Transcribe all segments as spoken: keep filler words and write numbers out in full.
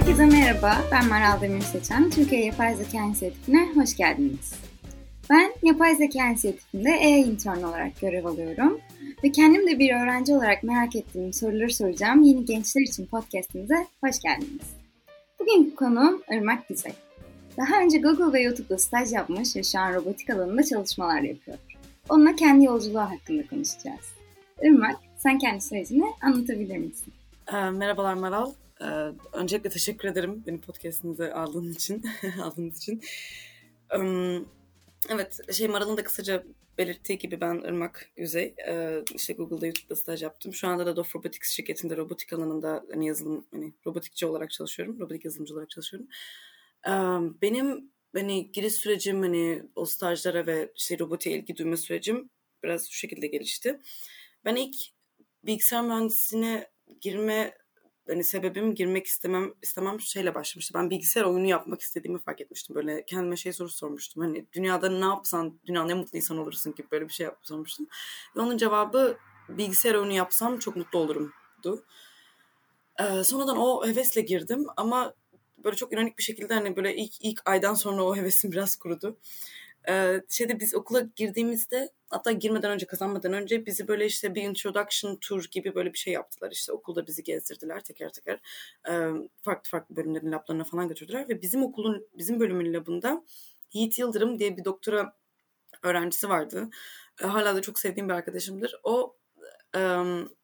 Herkese merhaba, ben Maral Demirseçen. Türkiye Yapay Zeka İnisiyatifi'ne hoş geldiniz. Ben Yapay Zeka İnisiyatifi'nde E A intern olarak görev alıyorum. Ve kendim de bir öğrenci olarak merak ettiğim soruları soracağım yeni gençler için podcastimize hoş geldiniz. Bugünkü konuğum Irmak Güzey. Daha önce Google ve YouTube'da staj yapmış ve şu an robotik alanında çalışmalar yapıyor. Onunla kendi yolculuğu hakkında konuşacağız. Irmak, sen kendi sürecini anlatabilir misin? E, merhabalar Maral. E, öncelikle teşekkür ederim beni podcast'inize aldığın için. aldığınız için. E, evet, şey Maral'ın da kısaca belirttiği gibi ben Irmak Güzey. E, işte Google'da, YouTube'da staj yaptım. Şu anda da Dof Robotics şirketinde robotik alanında hani yazılım, hani robotikçi olarak çalışıyorum. Robotik yazılımcı olarak çalışıyorum. E, benim hani giriş sürecim, hani o stajlara ve işte robotiğe ilgi duyma sürecim biraz şu şekilde gelişti. Ben ilk bilgisayar mühendisliğine girme hani sebebim girmek istemem istemem şeyle başlamıştı. Ben bilgisayar oyunu yapmak istediğimi fark etmiştim. Böyle kendime şey soru sormuştum. Hani dünyada ne yapsan dünyanın en mutlu insan olursun gibi böyle bir şey yapıp sormuştum. Ve onun cevabı bilgisayar oyunu yapsam çok mutlu olurumdu. Ee, sonradan o hevesle girdim ama böyle çok ironik bir şekilde hani böyle ilk ilk aydan sonra o hevesim biraz kurudu. Ee, şeyde biz okula girdiğimizde, hatta girmeden önce, kazanmadan önce bizi böyle işte bir introduction tour gibi böyle bir şey yaptılar. İşte okulda bizi gezdirdiler teker teker. Ee, farklı farklı bölümlerin lablarına falan götürdüler ve bizim okulun, bizim bölümün labında Yiğit Yıldırım diye bir doktora öğrencisi vardı. Ee, hala da çok sevdiğim bir arkadaşımdır. O e,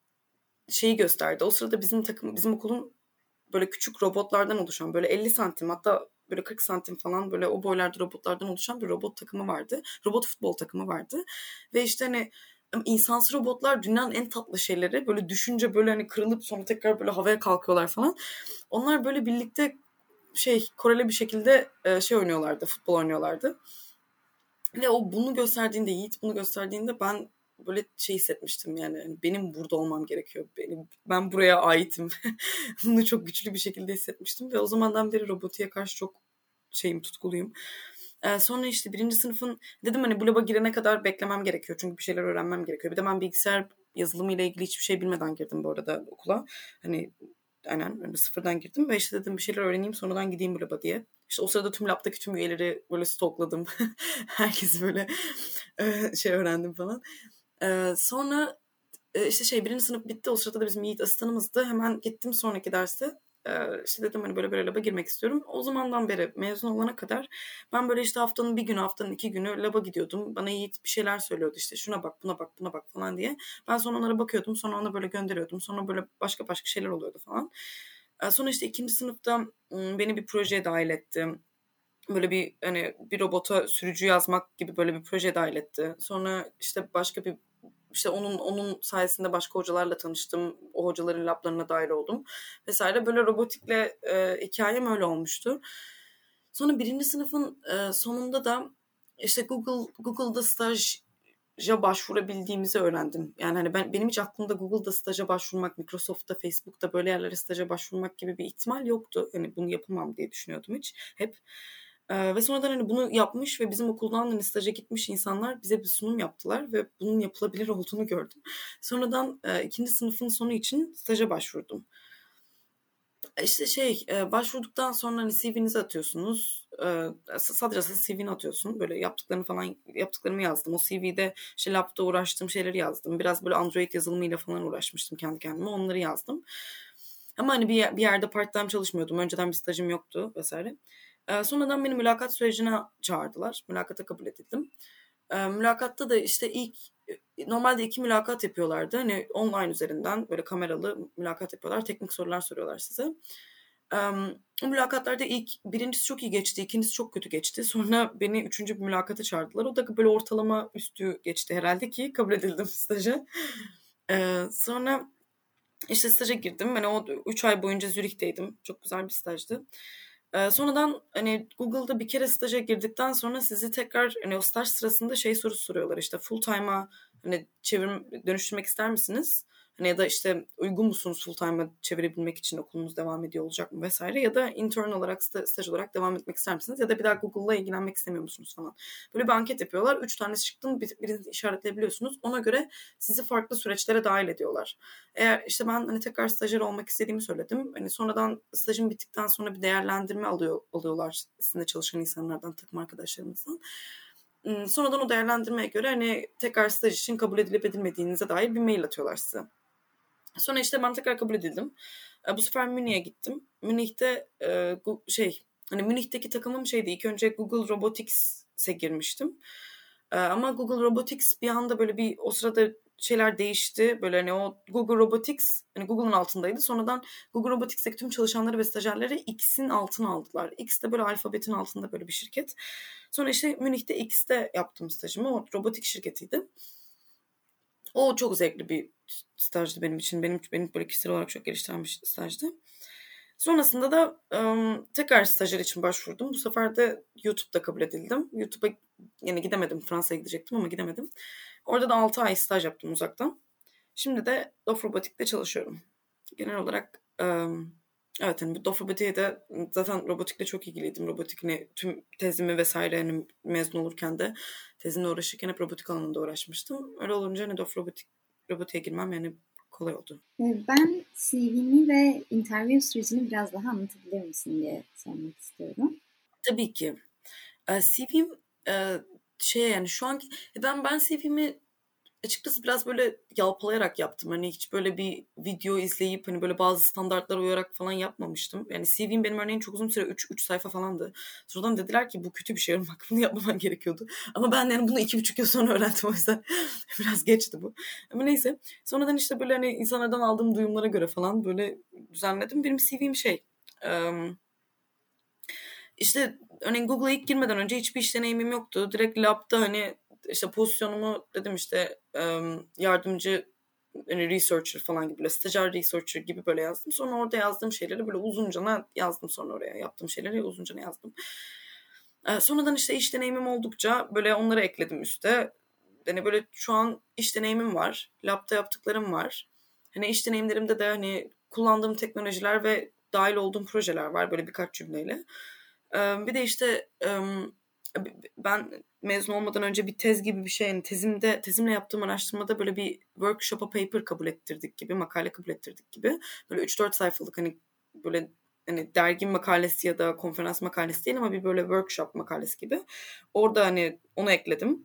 şeyi gösterdi. O sırada bizim takım, bizim okulun böyle küçük robotlardan oluşan, böyle elli santim, hatta böyle kırk santim falan böyle o boylarda robotlardan oluşan bir robot takımı vardı. Robot futbol takımı vardı. Ve işte hani insansı robotlar dünyanın en tatlı şeyleri. Böyle düşünce böyle hani kırılıp sonra tekrar böyle havaya kalkıyorlar falan. Onlar böyle birlikte şey Koreli bir şekilde şey oynuyorlardı, futbol oynuyorlardı. Ve o bunu gösterdiğinde, Yiğit bunu gösterdiğinde ben böyle şey hissetmiştim, yani benim burada olmam gerekiyor. Benim, ben buraya aitim. Bunu çok güçlü bir şekilde hissetmiştim ve o zamandan beri robotiğe karşı çok şeyim, tutkuluyum. Ee, sonra işte birinci sınıfın dedim hani bu laba girene kadar beklemem gerekiyor. Çünkü bir şeyler öğrenmem gerekiyor. Bir de ben bilgisayar yazılımı ile ilgili hiçbir şey bilmeden girdim bu arada okula. Hani aynen öyle sıfırdan girdim ve işte dedim bir şeyler öğreneyim sonradan gideyim bu laba diye. İşte o sırada tüm lab'daki tüm üyeleri böyle stalkladım. Herkesi böyle şey öğrendim falan. Ee, sonra işte şey birinci sınıf bitti. O sırada da bizim Yiğit asistanımızdı. Hemen gittim sonraki derste. Ee, işte dedim hani böyle böyle laba girmek istiyorum. O zamandan beri mezun olana kadar ben böyle işte haftanın bir günü, haftanın iki günü laba gidiyordum. Bana Yiğit bir şeyler söylüyordu, işte şuna bak, buna bak, buna bak falan diye. Ben sonra onlara bakıyordum. Sonra ona böyle gönderiyordum. Sonra böyle başka başka şeyler oluyordu falan. Ee, sonra işte ikinci sınıfta beni bir projeye dahil etti. Böyle bir hani bir robota sürücü yazmak gibi böyle bir proje dahil etti. Sonra işte başka bir işte onun onun sayesinde başka hocalarla tanıştım. O hocaların lablarına dahil oldum vesaire. Böyle robotikle e, hikayem öyle olmuştu. Sonra birinci sınıfın e, sonunda da işte Google Google'da staja başvurabildiğimizi öğrendim. Yani hani ben benim hiç aklımda Google'da staja başvurmak, Microsoft'ta, Facebook'ta böyle yerlere staja başvurmak gibi bir ihtimal yoktu. Hani bunu yapamam diye düşünüyordum hiç hep. Ee, ve sonradan hani bunu yapmış ve bizim okuldan hani staja gitmiş insanlar bize bir sunum yaptılar ve bunun yapılabilir olduğunu gördüm. Sonradan e, ikinci sınıfın sonu için staja başvurdum. İşte şey e, başvurduktan sonra hani C V'nizi atıyorsunuz. E, sadece C V'ni atıyorsun. Böyle yaptıklarını falan yaptıklarımı yazdım. O C V'de işte lab'da uğraştığım şeyleri yazdım. Biraz böyle Android yazılımıyla falan uğraşmıştım kendi kendime. Onları yazdım. Ama hani bir, bir yerde part time çalışmıyordum. Önceden bir stajım yoktu vesaire. E, sonradan beni mülakat sürecine çağırdılar. Mülakata kabul edildim. E, mülakatta da işte ilk normalde iki mülakat yapıyorlardı. Hani online üzerinden böyle kameralı mülakat yapıyorlar. Teknik sorular soruyorlar size. Um, o mülakatlarda ilk birincisi çok iyi geçti, ikincisi çok kötü geçti. Sonra beni üçüncü bir mülakata çağırdılar. O da böyle ortalama üstü geçti herhalde ki kabul edildim staja. Ee, sonra işte staja girdim. Ben o üç ay boyunca Zürih'teydim. Çok güzel bir stajdı. Ee, sonradan hani Google'da bir kere staja girdikten sonra sizi tekrar hani o staj sırasında şey sorusu soruyorlar. İşte full time'a hani çevirim dönüştürmek ister misiniz? Hani ya da işte uygun musunuz full time'a çevirebilmek için, okulunuz devam ediyor olacak mı vesaire, ya da intern olarak, staj olarak devam etmek ister misiniz ya da bir daha Google'la ilgilenmek istemiyor musunuz falan. Böyle bir anket yapıyorlar. Üç tanesi çıktığını birini işaretleyebiliyorsunuz. Ona göre sizi farklı süreçlere dahil ediyorlar. Eğer işte ben hani tekrar stajyer olmak istediğimi söyledim. Hani sonradan stajım bittikten sonra bir değerlendirme alıyor alıyorlar sizinle çalışan insanlardan, takım arkadaşlarımızdan. Sonradan o değerlendirmeye göre hani tekrar staj için kabul edilip edilmediğinize dair bir mail atıyorlar size. Sonra işte ben tekrar kabul edildim. Bu sefer Münih'e gittim. Münih'te şey hani Münih'teki takımım şeydi. İlk önce Google Robotics'e girmiştim. Ama Google Robotics bir anda böyle bir o sırada şeyler değişti. Böyle hani o Google Robotics hani Google'ın altındaydı. Sonradan Google Robotics'teki tüm çalışanları ve stajyerleri X'in altına aldılar. X de böyle alfabetin altında böyle bir şirket. Sonra işte Münih'te X'te yaptım stajımı. O robotik şirketiydi. O çok zevkli bir stajdı benim için. Benim, benim böyle kişisel olarak çok geliştiren bir stajdı. Sonrasında da um, tekrar stajyer için başvurdum. Bu sefer de YouTube'da kabul edildim. YouTube'a yani gidemedim. Fransa'ya gidecektim ama gidemedim. Orada da altı ay staj yaptım uzaktan. Şimdi de Dof Robotik'te çalışıyorum. Genel olarak um, evet yani Dof Robotik'e de zaten robotikle çok ilgiliydim. Robotik'ine tüm tezimi vesaire hani mezun olurken de tezimle uğraşırken hep robotik alanında uğraşmıştım. Öyle olunca hani Dof Robotik, robotiğe girmem yani kolay oldu. Ben C V'ni ve interview sürecini biraz daha anlatabilir misin diye sormak istiyorum. Tabii ki. C V'm şey yani şu anki ben ben C V'mi açıkçası biraz böyle yalpalayarak yaptım. Hani hiç böyle bir video izleyip hani böyle bazı standartlara uyarak falan yapmamıştım. Yani C V'm benim örneğin çok uzun süre üç sayfa falandı. Sonradan dediler ki bu kötü bir şey. Bak bunu yapmaman gerekiyordu. Ama ben yani bunu iki buçuk yıl sonra öğrendim, o yüzden biraz geçti bu. Ama neyse. Sonradan işte böyle hani insanlardan aldığım duyumlara göre falan böyle düzenledim. Benim C V'm şey... Um, işte örneğin Google'a ilk girmeden önce hiçbir iş deneyimim yoktu. Direkt lab'da hani işte pozisyonumu dedim işte yardımcı hani researcher falan gibi, böyle stajyer researcher gibi böyle yazdım. Sonra orada yazdığım şeyleri böyle uzuncana yazdım, sonra oraya yaptığım şeyleri uzuncana yazdım. Sonradan işte iş deneyimim oldukça böyle onları ekledim üste. Yani böyle şu an iş deneyimim var. Lab'da yaptıklarım var. Hani iş deneyimlerimde de hani kullandığım teknolojiler ve dahil olduğum projeler var böyle birkaç cümleyle. Bir de işte ben mezun olmadan önce bir tez gibi bir şey, yani tezimde tezimle yaptığım araştırmada böyle bir workshop'a paper kabul ettirdik gibi, makale kabul ettirdik gibi. Böyle üç dört sayfalık hani böyle hani dergi makalesi ya da konferans makalesi değil ama bir böyle workshop makalesi gibi. Orada hani onu ekledim.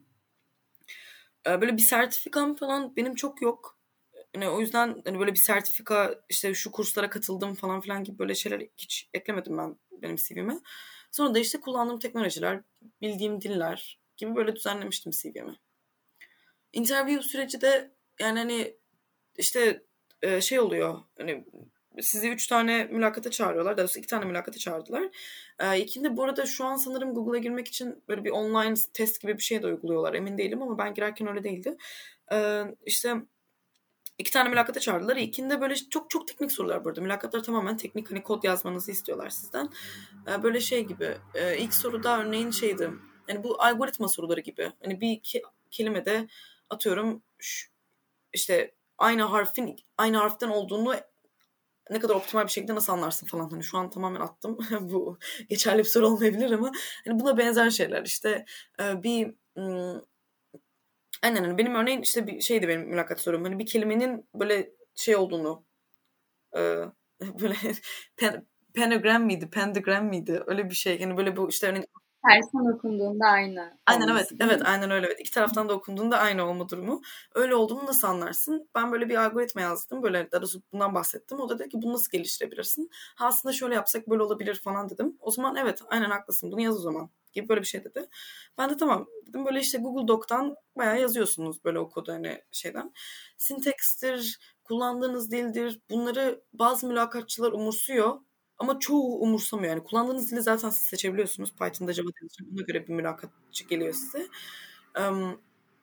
Böyle bir sertifikam falan benim çok yok. Yani o yüzden hani böyle bir sertifika işte şu kurslara katıldım falan filan gibi böyle şeyler hiç eklemedim ben benim C V'me. Sonra da işte kullandığım teknolojiler, bildiğim diller gibi böyle düzenlemiştim C V'mi. Interview süreci de yani hani işte şey oluyor, hani sizi üç tane mülakata çağırıyorlar. Daha doğrusu iki tane mülakata çağırdılar. E, ikinde bu arada şu an sanırım Google'a girmek için böyle bir online test gibi bir şey de uyguluyorlar. Emin değilim ama ben girerken öyle değildi. E, işte İki tane mülakata çağırdılar. İlkinde böyle çok çok teknik sorular burada. Mülakatlar tamamen teknik, hani kod yazmanızı istiyorlar sizden. Ee, böyle şey gibi. E, ilk soruda örneğin şeydi. Yani bu algoritma soruları gibi. Hani bir ke- kelimede atıyorum şu, işte aynı harfin aynı harften olduğunu ne kadar optimal bir şekilde nasıl anlarsın falan. Hani şu an tamamen attım. Bu geçerli bir soru olmayabilir ama hani buna benzer şeyler. İşte e, bir ım, aynen hani benim örneğin işte bir şeydi benim mülakat sorum. Hani bir kelimenin böyle şey olduğunu e, böyle pen, pentagram mıydı, pentagram mıydı? Öyle bir şey. Yani böyle bu işte hani tersten okunduğunda aynı aynen evet. olması. Evet aynen öyle. Evet. İki taraftan da okunduğunda aynı olma durumu. Öyle olduğunu nasıl anlarsın? Ben böyle bir algoritma yazdım. Böyle daha doğrusu bundan bahsettim. O da dedi ki bunu nasıl geliştirebilirsin? Ha, aslında şöyle yapsak böyle olabilir falan dedim. O zaman evet aynen haklısın. Bunu yaz o zaman gibi böyle bir şey dedi. Ben de tamam dedim. Böyle işte Google Doc'tan bayağı yazıyorsunuz böyle o kodu hani şeyden. Syntax'tir, kullandığınız dildir. Bunları bazı mülakatçılar umursuyor. Ama çoğu umursamıyor. Yani kullandığınız dili zaten siz seçebiliyorsunuz. Python'da, Java'da yazacak. Ona göre bir mülakatçı geliyor size. Um,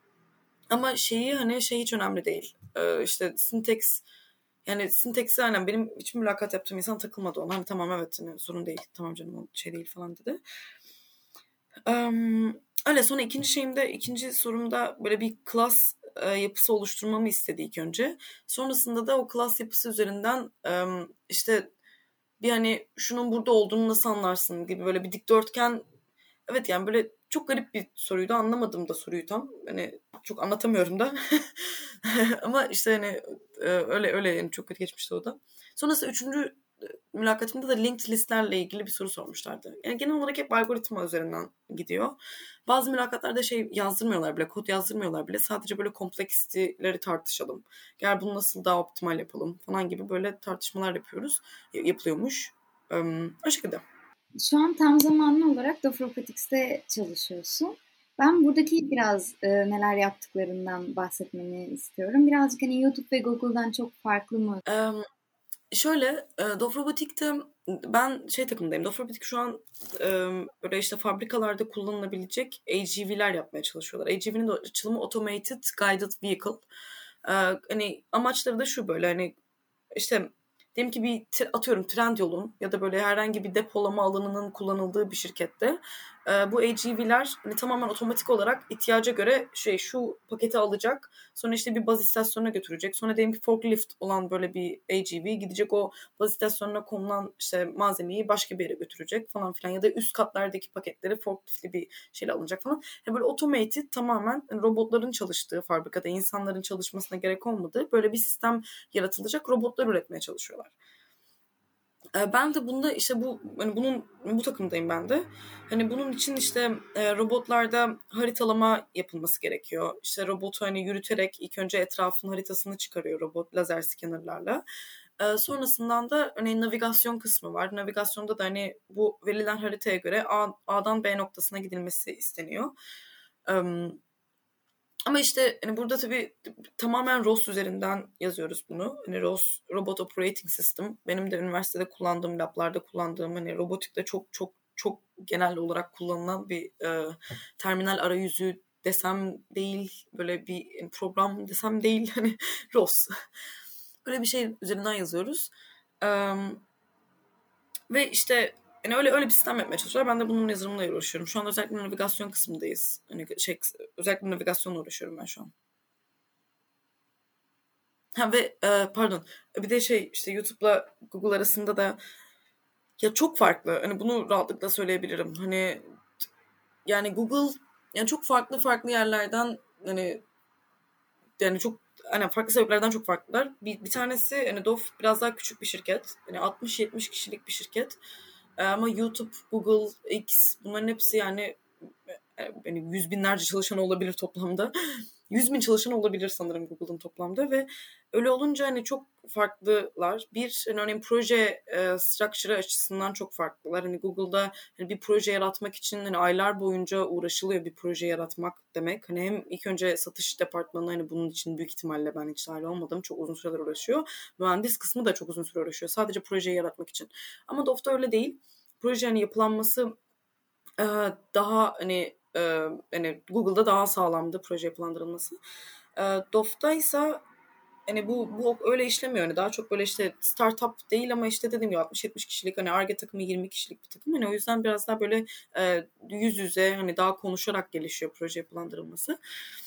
ama şeyi hani şey hiç önemli değil. Ee, işte syntax, yani syntax'i aynen benim hiç mülakat yaptığım insan takılmadı ona. Hani tamam evet hani sorun değil. Tamam canım o şey değil falan dedi. Um, öyle sonra ikinci şeyimde ikinci sorumda böyle bir class e, yapısı oluşturmamı istedi ilk önce. Sonrasında da o class yapısı üzerinden e, işte bir hani şunun burada olduğunu nasıl anlarsın gibi böyle bir dikdörtgen. Evet yani böyle çok garip bir soruydu. Anlamadım da soruyu tam. Hani çok anlatamıyorum da. Ama işte hani e, öyle öyle yani çok kötü geçmişti o da. Sonrasında üçüncü mülakatımda da linked listlerle ilgili bir soru sormuşlardı. Yani genel olarak hep algoritma üzerinden gidiyor. Bazı mülakatlarda şey yazdırmıyorlar bile, kod yazdırmıyorlar bile. Sadece böyle kompleksiteleri tartışalım. Gel bunu nasıl daha optimal yapalım falan gibi böyle tartışmalar yapıyoruz. Yapılıyormuş. Um, o şekilde. Şu an tam zamanlı olarak Dof Robotics'te çalışıyorsun. Ben buradaki biraz e, neler yaptıklarından bahsetmeni istiyorum. Birazcık hani YouTube ve Google'dan çok farklı mı? Um, şöyle, e, Dof Robotik'te ben şey takımdayım. Dof Robotik şu an e, böyle işte fabrikalarda kullanılabilecek A G V'ler yapmaya çalışıyorlar. A G V'nin de açılımı Automated Guided Vehicle. E, hani amaçları da şu böyle hani işte diyelim ki bir atıyorum Trendyol'un ya da böyle herhangi bir depolama alanının kullanıldığı bir şirkette e, bu A G V'ler hani tamamen otomatik olarak ihtiyaca göre şey şu paketi alacak. Sonra işte bir baz istasyonuna götürecek. Sonra diyelim ki forklift olan böyle bir A G V gidecek o baz istasyonuna konulan işte malzemeyi başka bir yere götürecek falan filan. Ya da üst katlardaki paketleri forkliftli bir şeyle alınacak falan. Yani böyle automated tamamen robotların çalıştığı fabrikada insanların çalışmasına gerek olmadığı böyle bir sistem yaratılacak robotlar üretmeye çalışıyorlar. Ben de bunda işte bu hani bunun bu takımdayım ben de. Hani bunun için işte e, robotlarda haritalama yapılması gerekiyor. İşte robotu hani yürüterek ilk önce etrafın haritasını çıkarıyor robot lazer scannerlarla. E, sonrasından da hani navigasyon kısmı var. Navigasyonda da hani bu verilen haritaya göre A, A'dan B noktasına gidilmesi isteniyor. Um, Ama işte hani burada tabii tamamen R O S üzerinden yazıyoruz bunu. Hani R O S, Robot Operating System. Benim de üniversitede kullandığım, lablarda kullandığım hani robotikte çok çok çok genel olarak kullanılan bir e, terminal arayüzü desem değil, böyle bir program desem değil, hani R O S. Öyle bir şey üzerinden yazıyoruz. Um, ve işte yani öyle öyle bir sistem yapmaya çalışıyorlar. Ben de bunun yazılımıyla uğraşıyorum. Şu an özellikle navigasyon kısmındayız. Hani şey özellikle navigasyonla uğraşıyorum ben şu an. Ha ve e, pardon bir de şey işte YouTube'la Google arasında da ya çok farklı. Hani bunu rahatlıkla söyleyebilirim. Hani yani Google yani çok farklı farklı yerlerden hani yani çok hani farklı sebeplerden çok farklılar. Bir, bir tanesi hani Dof biraz daha küçük bir şirket. Hani altmış yetmiş kişilik bir şirket. E, ama YouTube, Google, X bunların hepsi yani yani yüz binlerce çalışan olabilir toplamda. yüz bin çalışan olabilir sanırım Google'ın toplamda ve öyle olunca hani çok farklılar. Bir hani örneğin proje e, structure açısından çok farklılar. Hani Google'da hani bir proje yaratmak için hani aylar boyunca uğraşılıyor bir proje yaratmak demek. Hani hem ilk önce satış departmanı hani bunun için büyük ihtimalle ben hiç dahil olmadım. Çok uzun süreler uğraşıyor. Mühendis kısmı da çok uzun süre uğraşıyor. Sadece projeyi yaratmak için. Ama Doff'ta öyle değil. Proje hani yapılanması e, daha hani e, hani Google'da daha sağlamdı proje yapılandırılması. E, Doff'ta ise hani bu bu öyle işlemiyor. Yani daha çok böyle işte startup değil ama işte dediğim gibi altmış yetmiş kişilik hani Ar-Ge takımı yirmi kişilik bir takım. Hani o yüzden biraz daha böyle e, yüz yüze hani daha konuşarak gelişiyor proje yapılandırılması.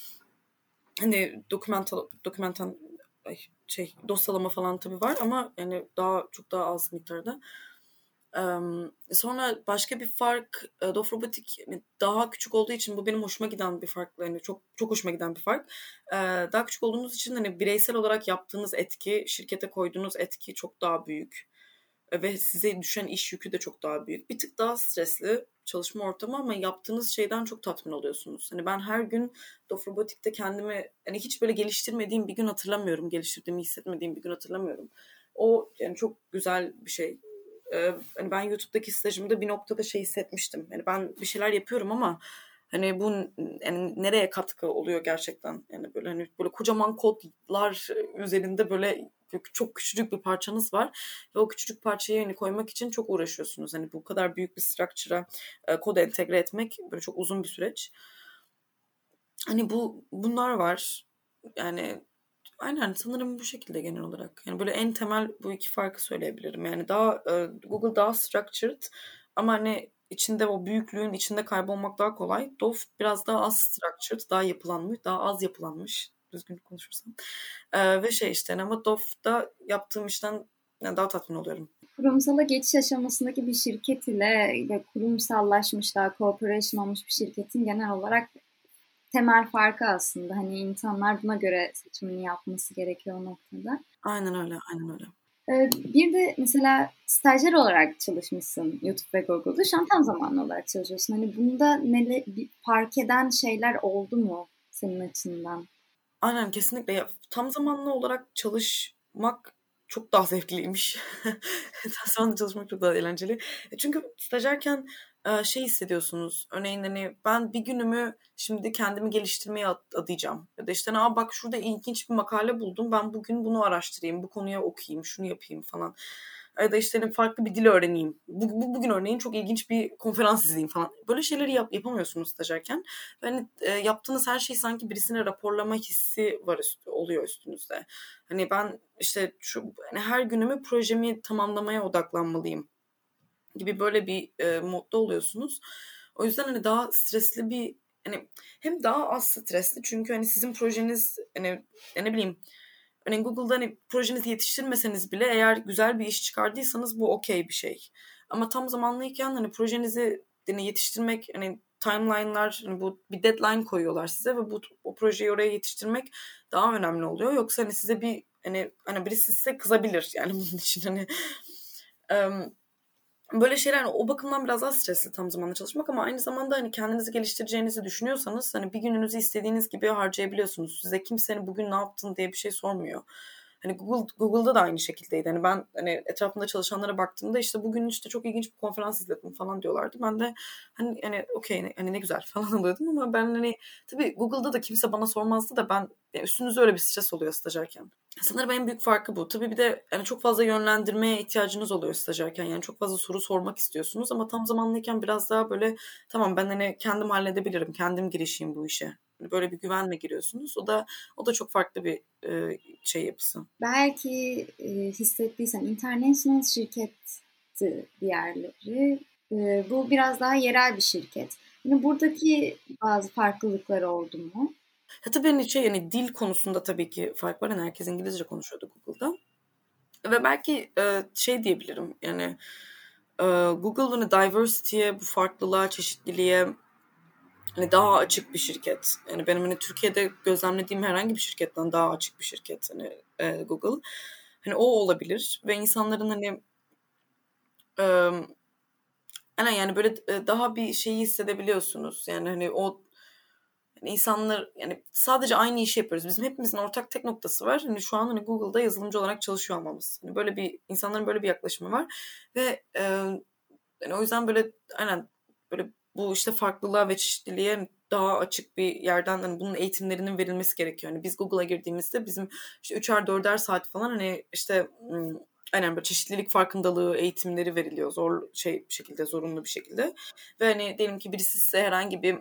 Hani dokümental dokümentan ay, şey dosyalama falan tabii var ama yani daha çok daha az miktarda. Um, sonra başka bir fark e, Dof Robotik yani daha küçük olduğu için bu benim hoşuma giden bir fark. Yani çok çok hoşuma giden bir fark. Ee, daha küçük olduğunuz için hani bireysel olarak yaptığınız etki, şirkete koyduğunuz etki çok daha büyük. E, ve size düşen iş yükü de çok daha büyük. Bir tık daha stresli çalışma ortamı ama yaptığınız şeyden çok tatmin oluyorsunuz. Hani ben her gün Dof Robotik'te kendimi hani hiç böyle geliştirmediğim bir gün hatırlamıyorum. Geliştirdiğimi hissetmediğim bir gün hatırlamıyorum. O yani çok güzel bir şey. Ee, hani ben YouTube'daki stajımda bir noktada şey hissetmiştim. Yani ben bir şeyler yapıyorum ama hani bu yani nereye katkı oluyor gerçekten? Yani böyle hani böyle kocaman kodlar üzerinde böyle çok küçücük bir parçanız var ve o küçücük parçayı hani koymak için çok uğraşıyorsunuz. Hani bu kadar büyük bir structure'a e, kodu entegre etmek böyle çok uzun bir süreç. Hani bu bunlar var. Yani aynen sanırım bu şekilde genel olarak. Yani böyle en temel bu iki farkı söyleyebilirim. Yani daha e, Google daha structured ama hani içinde o büyüklüğün içinde kaybolmak daha kolay. Dof biraz daha az structured, daha yapılanmış, daha az yapılanmış düzgün konuşursam. Ee, ve şey işte ama Dof'ta yaptığım işten yani daha tatmin oluyorum. Kurumsala geçiş aşamasındaki bir şirket ile ve kurumsallaşmış, daha corporation olmuş bir şirketin genel olarak temel farkı aslında. Hani insanlar buna göre seçimini yapması gerekiyor o noktada. Aynen öyle, aynen öyle. Ee, bir de mesela stajyer olarak çalışmışsın YouTube ve Google'da. Şu an tam zamanlı olarak çalışıyorsun. Hani bunda ne, bir fark eden şeyler oldu mu senin açından? Aynen kesinlikle. Ya, tam zamanlı olarak çalışmak çok daha zevkliymiş. Tam zamanlı çalışmak çok daha eğlenceli. E, Çünkü stajyerken e, şey hissediyorsunuz. Örneğin hani ben bir günümü şimdi kendimi geliştirmeye ad- adayacağım. Ya da işte Aa, bak şurada ilginç bir makale buldum. Ben bugün bunu araştırayım, bu konuya okuyayım, şunu yapayım falan. Ya da işte hani farklı bir dil öğreneyim. Bu, bu- bugün örneğin çok ilginç bir konferans izleyeyim falan. Böyle şeyleri yap, yapamıyorsunuz stajyerken. Hani e, yaptığınız her şey sanki birisine raporlama hissi var üstü, oluyor üstünüzde. Hani ben işte şu hani her günümü projemi tamamlamaya odaklanmalıyım gibi böyle bir e, modda oluyorsunuz. O yüzden hani daha stresli bir hani hem daha az stresli çünkü hani sizin projeniz hani ya ne bileyim hani Google'da hani projenizi yetiştirmeseniz bile eğer güzel bir iş çıkardıysanız bu okey bir şey. Ama tam zamanlıyken hani projenizi hani yetiştirmek hani timeline'lar hani bu bir deadline koyuyorlar size ve bu o projeyi oraya yetiştirmek daha önemli oluyor. Yoksa hani size bir hani hani birisi size kızabilir yani bunun için hani em, böyle şeyler hani o bakımdan biraz daha stresli tam zamanlı çalışmak ama aynı zamanda hani kendinizi geliştireceğinizi düşünüyorsanız hani bir gününüzü istediğiniz gibi harcayabiliyorsunuz. Size kimsenin bugün ne yaptın diye bir şey sormuyor. Hani Google Google'da da aynı şekildeydi. Hani ben hani etrafımda çalışanlara baktığımda işte bugün işte çok ilginç bir konferans izledim falan diyorlardı. Ben de hani hani okey hani ne güzel falan oluyordum ama ben hani tabii Google'da da kimse bana sormazdı da ben yani üstünüzde öyle bir stres oluyor stajyerken. Sanırım en büyük farkı bu. Tabii bir de yani çok fazla yönlendirmeye ihtiyacınız oluyor stajyerken. Yani çok fazla soru sormak istiyorsunuz ama tam zamanlıyken biraz daha böyle tamam ben hani kendim halledebilirim, kendim girişeyim bu işe. Hani böyle bir güvenle giriyorsunuz. O da o da çok farklı bir e, şey yapısı. Belki e, hissettiysen international şirketti diğerleri. E, bu biraz daha yerel bir şirket. Yani buradaki bazı farklılıklar oldu mu? Ha tabii hani şey yani dil konusunda tabii ki fark var. Hani herkes İngilizce konuşuyordu Google'da. Ve belki e, şey diyebilirim yani e, Google hani diversity'ye, bu farklılığa, çeşitliliğe hani daha açık bir şirket. Yani benim hani Türkiye'de gözlemlediğim herhangi bir şirketten daha açık bir şirket hani e, Google. Hani o olabilir ve insanların hani e, aynen yani böyle e, daha bir şeyi hissedebiliyorsunuz. Yani hani o yani insanlar yani sadece aynı işi yapıyoruz. Bizim hepimizin ortak tek noktası var. Hani şu an hani Google'da yazılımcı olarak çalışıyor olmamız. Hani böyle bir insanların böyle bir yaklaşımı var ve e, yani o yüzden böyle aynen böyle bu işte farklılığa ve çeşitliliğe daha açık bir yerden hani bunun eğitimlerinin verilmesi gerekiyor. Hani biz Google'a girdiğimizde bizim işte üçer dörder saat falan hani işte ım, aynen böyle çeşitlilik farkındalığı eğitimleri veriliyor. Zor şey bir şekilde zorunlu bir şekilde. Ve hani diyelim ki birisi size herhangi bir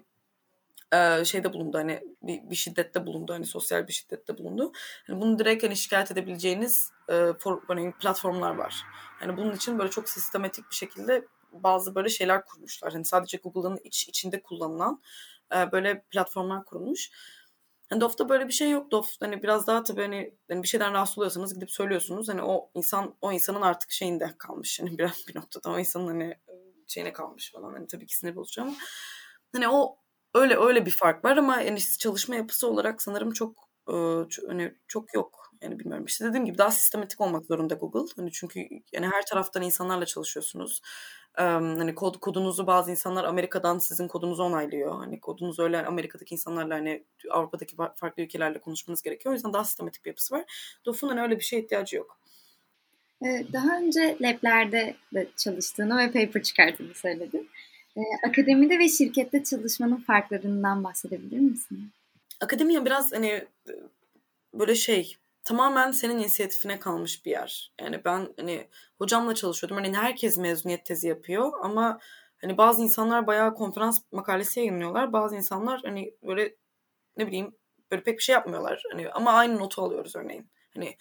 e, şeyde bulundu hani bir, bir şiddette bulundu hani sosyal bir şiddette bulundu. Hani bunu direkt hani şikayet edebileceğiniz e, for, hani platformlar var. Hani bunun için böyle çok sistematik bir şekilde bazı böyle şeyler kurmuşlar. Hani sadece Google'ın iç, içinde kullanılan e, böyle platformlar kurulmuş. Hani Dof'ta böyle bir şey yok. Dof hani biraz daha tabii hani, hani bir şeyden rahatsız oluyorsanız gidip söylüyorsunuz. Hani o insan o insanın artık şeyinde kalmış. Hani biraz bir noktada o insanın hani şeyine kalmış falan. Hani tabii ki sinir bozucu ama hani o öyle öyle bir fark var ama yani çalışma yapısı olarak sanırım çok e, çok, hani çok yok. Yani bilmiyorum. İşte dediğim gibi daha sistematik olmak zorunda Google. Hani çünkü yani her taraftan insanlarla çalışıyorsunuz. Ee, hani kod kodunuzu bazı insanlar Amerika'dan sizin kodunuzu onaylıyor. Hani kodunuz öyle Amerika'daki insanlarla hani Avrupa'daki farklı ülkelerle konuşmanız gerekiyor. O yüzden daha sistematik bir yapısı var. Dof'un hani öyle bir şeye ihtiyacı yok. Ee, Daha önce lab'lerde de çalıştığını ve paper çıkardığını söyledin. Ee, Akademide ve şirkette çalışmanın farklarından bahsedebilir misin? Akademiya biraz hani böyle şey tamamen senin inisiyatifine kalmış bir yer. Yani ben hani hocamla çalışıyordum. Hani herkes mezuniyet tezi yapıyor ama hani bazı insanlar bayağı konferans makalesi yayınlıyorlar. Bazı insanlar hani böyle ne bileyim böyle pek bir şey yapmıyorlar. Hani ama aynı notu alıyoruz örneğin. Hani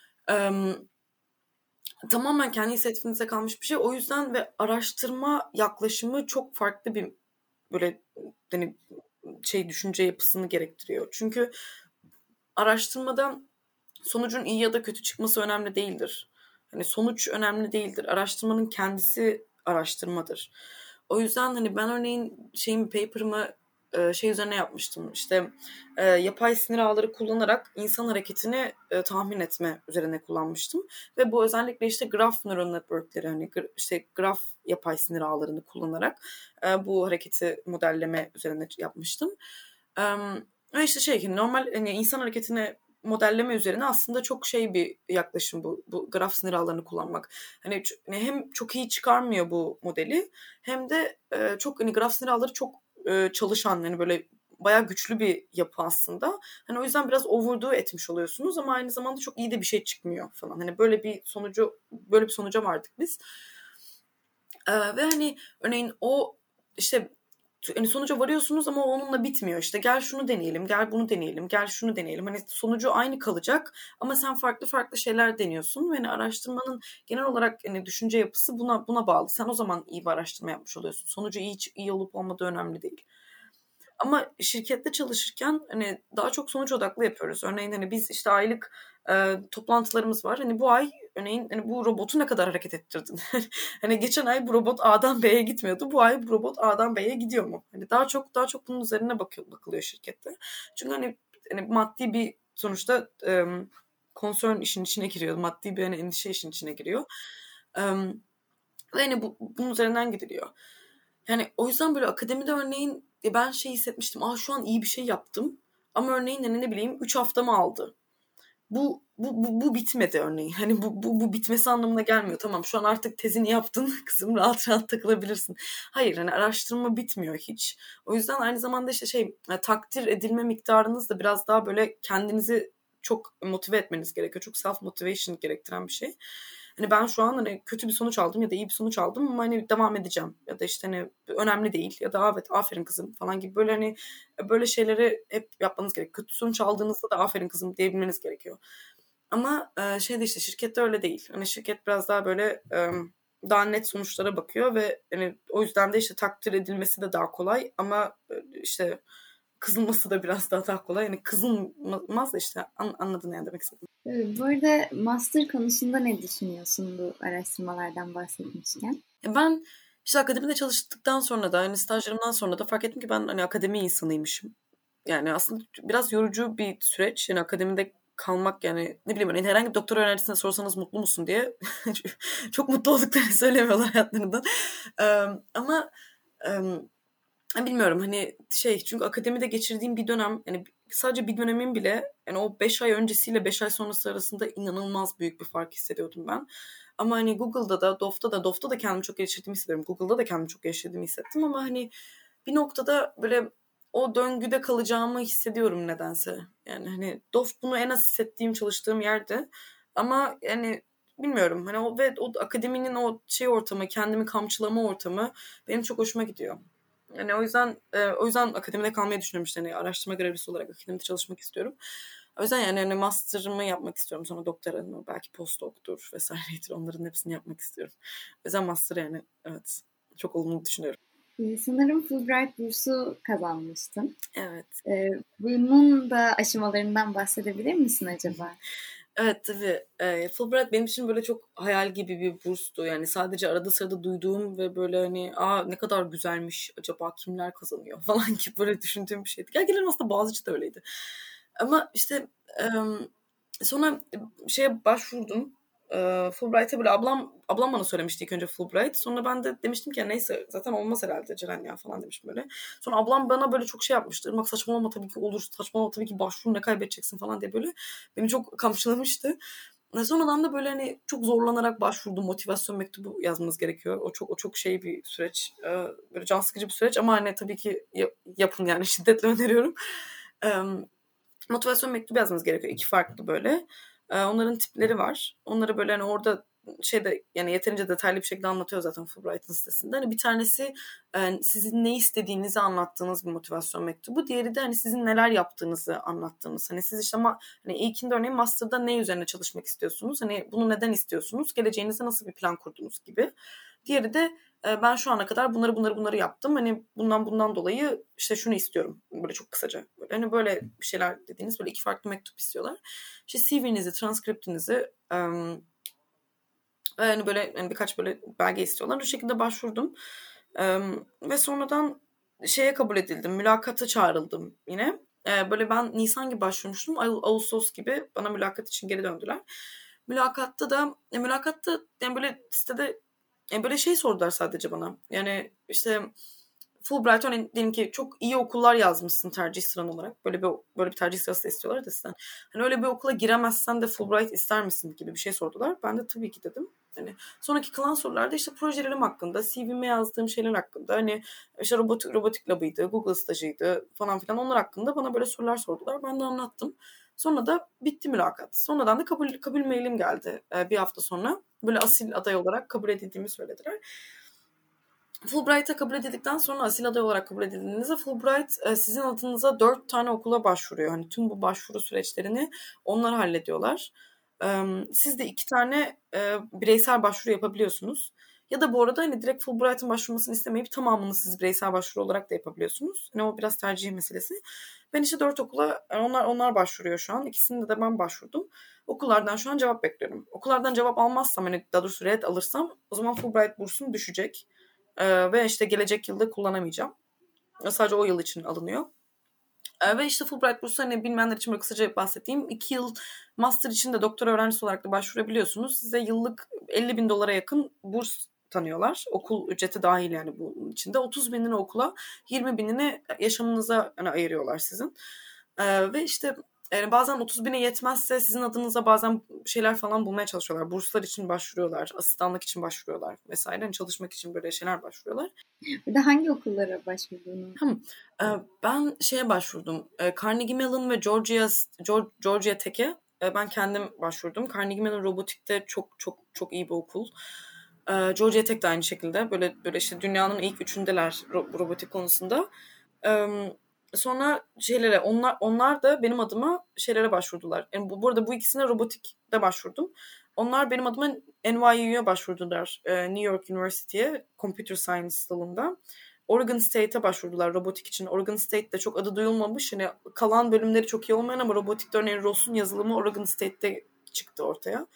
ım, tamamen kendi inisiyatifinize kalmış bir şey. O yüzden ve araştırma yaklaşımı çok farklı bir böyle hani şey düşünce yapısını gerektiriyor. Çünkü araştırmada sonucun iyi ya da kötü çıkması önemli değildir. Hani sonuç önemli değildir. Araştırmanın kendisi araştırmadır. O yüzden hani ben örneğin şeyin paper'ımı e, şey üzerine yapmıştım. İşte e, yapay sinir ağları kullanarak insan hareketini e, tahmin etme üzerine kullanmıştım. Ve bu özellikle işte graph neural network'leri, hani işte graph yapay sinir ağlarını kullanarak e, bu hareketi modelleme üzerine yapmıştım. E, işte şey normal hani insan hareketini modelleme üzerine aslında çok şey bir yaklaşım bu. Bu graf sinir ağlarını kullanmak. Hani hem çok iyi çıkarmıyor bu modeli hem de e, çok hani graf sinir ağları çok e, çalışan, hani böyle bayağı güçlü bir yapı aslında. Hani o yüzden biraz overdo etmiş oluyorsunuz ama aynı zamanda çok iyi de bir şey çıkmıyor falan. Hani böyle bir sonucu böyle bir sonuca vardık biz. E, ve hani örneğin o işte hani sonuca varıyorsunuz ama onunla bitmiyor. İşte gel şunu deneyelim, gel bunu deneyelim, gel şunu deneyelim. Hani sonucu aynı kalacak ama sen farklı farklı şeyler deniyorsun ve hani araştırmanın genel olarak hani düşünce yapısı buna buna bağlı. Sen o zaman iyi bir araştırma yapmış oluyorsun. Sonucu iyi iyi olup olmadığı önemli değil. Ama şirkette çalışırken hani daha çok sonuç odaklı yapıyoruz. Örneğin hani biz işte aylık e, toplantılarımız var. Hani bu ay örneğin hani bu robotu ne kadar hareket ettirdin? Hani geçen ay bu robot A'dan B'ye gitmiyordu. Bu ay bu robot A'dan B'ye gidiyor mu? Hani daha çok daha çok bunun üzerine bakıyor, bakılıyor şirkette. Çünkü hani, hani maddi bir sonuçta e, concern işin içine giriyor. Maddi bir hani endişe işin içine giriyor. E, ve hani bu, bunun üzerinden gidiliyor. Yani o yüzden böyle akademide örneğin ben şey hissetmiştim. Aa şu an iyi bir şey yaptım. Ama örneğin hani ne bileyim üç haftamı aldı. Bu bu, bu, bu bitmedi örneğin. Hani bu, bu, bu bitmesi anlamına gelmiyor. Tamam şu an artık tezini yaptın kızım, rahat rahat takılabilirsin. Hayır, hani araştırma bitmiyor hiç. O yüzden aynı zamanda işte şey takdir edilme miktarınız da biraz daha böyle kendinizi çok motive etmeniz gerekiyor. Çok self motivation gerektiren bir şey. Hani ben şu an hani kötü bir sonuç aldım ya da iyi bir sonuç aldım ama hani devam edeceğim. Ya da işte hani önemli değil ya da evet aferin kızım falan gibi böyle hani böyle şeyleri hep yapmanız gerekiyor. Kötü sonuç aldığınızda da aferin kızım diyebilmeniz gerekiyor. Ama e, şey de işte şirkette öyle değil. Hani şirket biraz daha böyle e, daha net sonuçlara bakıyor ve hani o yüzden de işte takdir edilmesi de daha kolay ama işte kızılması da biraz daha daha kolay. Yani kızılmaz da işte an, anladın yani demek istedim. Bu arada master konusunda ne düşünüyorsun bu araştırmalardan bahsetmişken? Ben işte akademide çalıştıktan sonra da hani stajlarımdan sonra da fark ettim ki ben hani akademi insanıymışım. Yani aslında biraz yorucu bir süreç. Yani akademide kalmak yani ne bileyim hani herhangi bir doktor öğrencisine sorsanız mutlu musun diye çok mutlu olduklarını söylemiyorlar hayatlarından. Ama bilmiyorum hani şey çünkü akademide geçirdiğim bir dönem yani sadece bir dönemin bile yani o beş ay öncesiyle beş ay sonrası arasında inanılmaz büyük bir fark hissediyordum ben. Ama hani Google'da da, Doff'ta da, Doff'ta da kendimi çok geliştirdiğimi hissediyorum. Google'da da kendimi çok geliştirdiğimi hissettim ama hani bir noktada böyle o döngüde kalacağımı hissediyorum nedense. Yani hani Doff bunu en az hissettiğim çalıştığım yerde. Ama yani bilmiyorum hani o ve o akademinin o şey ortamı, kendimi kamçılama ortamı benim çok hoşuma gidiyor. Yani o yüzden e, o yüzden akademide kalmayı düşünüyorum işte hani araştırma görevlisi olarak akademide çalışmak istiyorum. O yüzden yani hani master'ımı yapmak istiyorum, sonra doktoramı, belki postdoktor vesairedir, onların hepsini yapmak istiyorum. O yüzden master yani evet çok olumlu düşünüyorum. Ee, sanırım Fulbright bursu kazanmıştın. Evet. Ee, bunun da aşamalarından bahsedebilir misin acaba? Evet tabii. E, Fulbright benim için böyle çok hayal gibi bir burstu. Yani sadece arada sırada duyduğum ve böyle hani aa ne kadar güzelmiş acaba kimler kazanıyor falan gibi böyle düşündüğüm bir şeydi. Gel gelelim aslında Boğaziçi de öyleydi. Ama işte e, sonra şeye başvurdum. E, Fulbright'e böyle ablam ablam bana söylemişti ilk önce Fulbright. Sonra ben de demiştim ki neyse zaten olmaz herhalde Ceren ya falan demiştim böyle. Sonra ablam bana böyle çok şey yapmıştı. Irmak saçmalama tabii ki olur. Saçmalama tabii ki başvur, ne kaybedeceksin falan diye böyle beni çok kamçılamıştı. Sonradan da böyle hani çok zorlanarak başvurdum. Motivasyon mektubu yazmanız gerekiyor. O çok o çok şey bir süreç. Böyle can sıkıcı bir süreç ama hani tabii ki yapın yani şiddetle öneriyorum. Motivasyon mektubu yazmanız gerekiyor. İki farklı böyle. Onların tipleri var. Onları böyle hani orada şeyde yani yeterince detaylı bir şekilde anlatıyor zaten Fulbright'ın sitesinde. Hani bir tanesi sizin ne istediğinizi anlattığınız bir motivasyon mektubu. Diğeri de hani sizin neler yaptığınızı anlattığınız. Hani siz işte ma- hani ilkinde örneğin master'da ne üzerine çalışmak istiyorsunuz? Hani bunu neden istiyorsunuz? Geleceğinizde nasıl bir plan kurdunuz gibi. Diğeri de e, ben şu ana kadar bunları bunları bunları yaptım. Hani bundan bundan dolayı işte şunu istiyorum. Böyle çok kısaca. Böyle, hani böyle bir şeyler dediğiniz böyle iki farklı mektup istiyorlar. İşte C V'nizi, transkriptinizi um, yani böyle yani birkaç böyle belge istiyorlar. O şekilde başvurdum. Um, ve sonradan şeye kabul edildim. Mülakata çağrıldım yine. Ee, böyle ben Nisan gibi başvurmuştum. Ağustos gibi bana mülakat için geri döndüler. Mülakatta da e, mülakatta yani böyle sitede yani böyle şey sordular sadece bana. Yani işte Fulbright örneğin diyelim ki çok iyi okullar yazmışsın tercih sıran olarak. Böyle bir böyle bir tercih sırası da istiyorlar da sizden. Hani öyle bir okula giremezsen de Fulbright ister misin gibi bir şey sordular. Ben de tabii ki dedim. Hani sonraki kalan sorularda işte projelerim hakkında, C V'me yazdığım şeyler hakkında, hani işte robotik robotik labıydı, Google stajıydı falan filan onlar hakkında bana böyle sorular sordular. Ben de anlattım. Sonra da bitti mülakat. Sonradan da kabul kabul mailim geldi ee, bir hafta sonra. Böyle asil aday olarak kabul edildiğimi söylediler. Fulbright'a kabul edildikten sonra asil aday olarak kabul edildiğinizde Fulbright sizin adınıza dört tane okula başvuruyor. Hani tüm bu başvuru süreçlerini onlar hallediyorlar. Siz de iki tane bireysel başvuru yapabiliyorsunuz. Ya da bu arada hani direkt Fulbright'ın başvurmasını istemeyip tamamını siz bireysel başvuru olarak da yapabiliyorsunuz. Yani o biraz tercih meselesi. Ben işte dört okula yani onlar onlar başvuruyor şu an. İkisinde de ben başvurdum. Okullardan şu an cevap bekliyorum. Okullardan cevap almazsam hani daha doğrusu red alırsam o zaman Fulbright bursum düşecek. Ee, ve işte gelecek yılda kullanamayacağım. Sadece o yıl için alınıyor. Ee, ve işte Fulbright bursu hani bilmeyenler için böyle kısaca bahsedeyim. iki yıl master için de doktora öğrencisi olarak da başvurabiliyorsunuz. Size yıllık elli bin dolara yakın burs tanıyorlar. Okul ücreti dahil yani bunun içinde. otuz binini okula, yirmi binini yaşamınıza hani ayırıyorlar sizin. Ee, ve işte yani bazen otuz bine yetmezse sizin adınıza bazen şeyler falan bulmaya çalışıyorlar. Burslar için başvuruyorlar, asistanlık için başvuruyorlar vesaire. Yani çalışmak için böyle şeyler başvuruyorlar. Bir de hangi okullara başvurduğunu? Hmm. Ee, ben şeye başvurdum. Ee, Carnegie Mellon ve Georgia Georgia Tech'e e, ben kendim başvurdum. Carnegie Mellon robotikte çok çok çok iyi bir okul. Ee, Georgia Tech de aynı şekilde. Böyle böyle işte dünyanın ilk üçündeler ro- robotik konusunda. Ee, Sonra şeylere onlar onlar da benim adıma şeylere başvurdular. Yani bu burada bu ikisine robotikte başvurdum. Onlar benim adıma N Y U'ya başvurdular. E, New York University'ye Computer Science dalında. Oregon State'e başvurdular robotik için. Oregon State'de çok adı duyulmamış. Hani kalan bölümleri çok iyi olmayan ama robotikte örneğin Ross'un yazılımı Oregon State'te çıktı ortaya.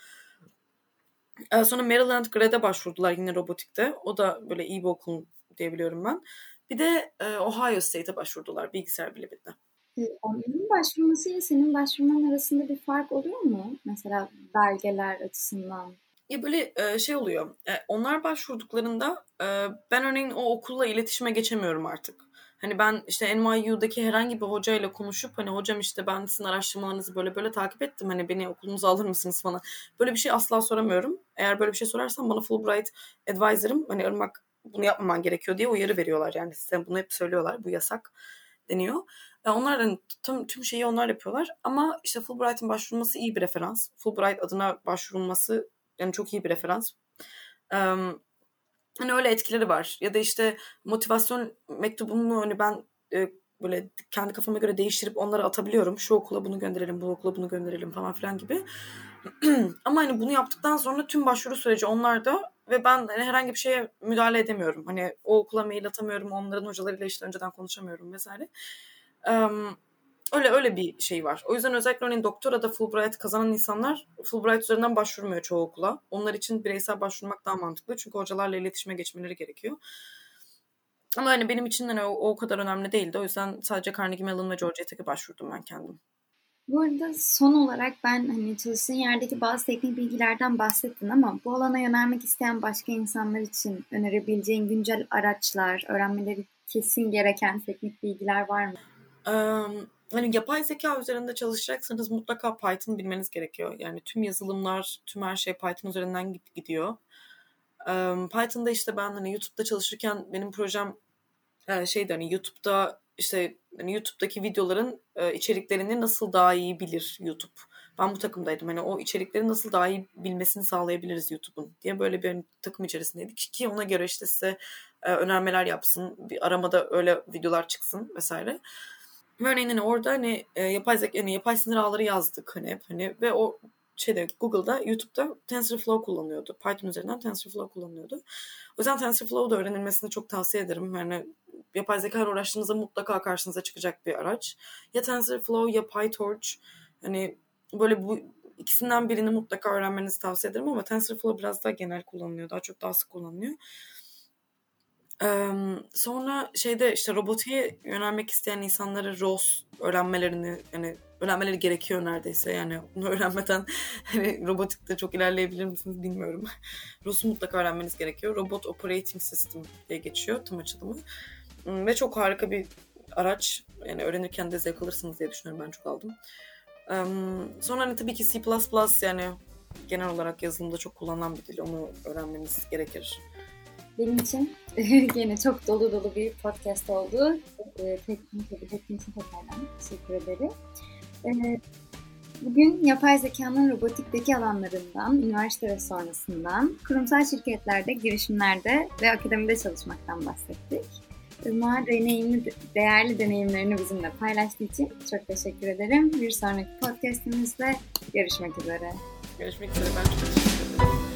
E, sonra Maryland Grad'e başvurdular yine robotikte. O da böyle iyi bir okul diyebiliyorum ben. Bir de e, Ohio State'e başvurdular bilgisayar biliminde. Onların başvurması ile senin başvurman arasında bir fark oluyor mu? Mesela belgeler açısından. Ya böyle e, şey oluyor. E, onlar başvurduklarında e, ben örneğin o okulla iletişime geçemiyorum artık. Hani ben işte N Y U'daki herhangi bir hocayla konuşup hani hocam işte ben sizin araştırmalarınızı böyle böyle takip ettim. Hani beni okulunuza alır mısınız falan. Böyle bir şey asla soramıyorum. Eğer böyle bir şey sorarsan bana Fulbright advisor'ım hani Irmak bunu yapmaman gerekiyor diye uyarı veriyorlar. Yani size bunu hep söylüyorlar. Bu yasak deniyor. Yani onlar hani tüm, tüm şeyi onlar yapıyorlar. Ama işte Fulbright'ın başvurulması iyi bir referans. Fulbright adına başvurulması yani çok iyi bir referans. Ee, Hani öyle etkileri var. Ya da işte motivasyon mektubumu hani ben e, böyle kendi kafama göre değiştirip onlara atabiliyorum. Şu okula bunu gönderelim, bu okula bunu gönderelim falan filan gibi. Ama hani bunu yaptıktan sonra tüm başvuru süreci onlarda ve ben hani herhangi bir şeye müdahale edemiyorum. Hani o okula mail atamıyorum, onların hocalarıyla işte önceden konuşamıyorum vesaire. Um, Öyle öyle bir şey var. O yüzden özellikle örneğin doktora da Fulbright kazanan insanlar Fulbright üzerinden başvurmuyor çoğu okula. Onlar için bireysel başvurmak daha mantıklı. Çünkü hocalarla iletişime geçmeleri gerekiyor. Ama hani benim için hani o, o kadar önemli değildi. O yüzden sadece Carnegie Mellon ve Georgia Tech'e başvurdum ben kendim. Bu arada son olarak ben hani çalıştığın yerdeki bazı teknik bilgilerden bahsettin ama bu alana yönelmek isteyen başka insanlar için önerebileceğin güncel araçlar, öğrenmeleri kesin gereken teknik bilgiler var mı? Um, hani yapay zeka üzerinde çalışacaksanız mutlaka Python bilmeniz gerekiyor. Yani tüm yazılımlar, tüm her şey Python üzerinden gidiyor. Um, Python'da işte ben hani YouTube'da çalışırken benim projem e, şeydi hani YouTube'da işte hani YouTube'daki videoların e, içeriklerini nasıl daha iyi bilir YouTube. Ben bu takımdaydım. Hani o içerikleri nasıl daha iyi bilmesini sağlayabiliriz YouTube'un diye böyle bir takım içerisindeydik ki ona göre işte size e, önermeler yapsın. Bir aramada öyle videolar çıksın vesaire. Örneğin hani orada hani e, yapay zeka, yani yapay sinir ağları yazdık hani hep hani ve o şeyde Google'da, YouTube'da TensorFlow kullanıyordu. Python üzerinden TensorFlow kullanıyordu. O yüzden TensorFlow da öğrenilmesini çok tavsiye ederim. Yani yapay zeka ile uğraştığınızda mutlaka karşınıza çıkacak bir araç. Ya TensorFlow ya PyTorch. Hani böyle bu ikisinden birini mutlaka öğrenmenizi tavsiye ederim ama TensorFlow biraz daha genel kullanılıyor. Daha çok daha sık kullanılıyor. Ee, sonra şeyde işte robotiğe yönelmek isteyen insanları R O S öğrenmelerini, yani öğrenmeleri gerekiyor neredeyse. Yani bunu öğrenmeden hani robotikte çok ilerleyebilir misiniz bilmiyorum. R O S'u mutlaka öğrenmeniz gerekiyor. Robot Operating System diye geçiyor tüm açılımı. Ve çok harika bir araç. Yani öğrenirken de zevk alırsınız diye düşünüyorum. Ben çok aldım. Ee, sonra hani tabii ki C plus plus, yani genel olarak yazılımda çok kullanılan bir dil. Onu öğrenmeniz gerekir. Benim için yine çok dolu dolu bir podcast oldu. Teknik için tekrardan teşekkür ederim. Bugün yapay zekanın robotikteki alanlarından, üniversite ve sonrasından, kurumsal şirketlerde, girişimlerde ve akademide çalışmaktan bahsettik. Irmak'a deneyimli, değerli deneyimlerini bizimle paylaştığı için çok teşekkür ederim. Bir sonraki podcastimizde görüşmek üzere. Görüşmek üzere. Ben çok teşekkür ederim.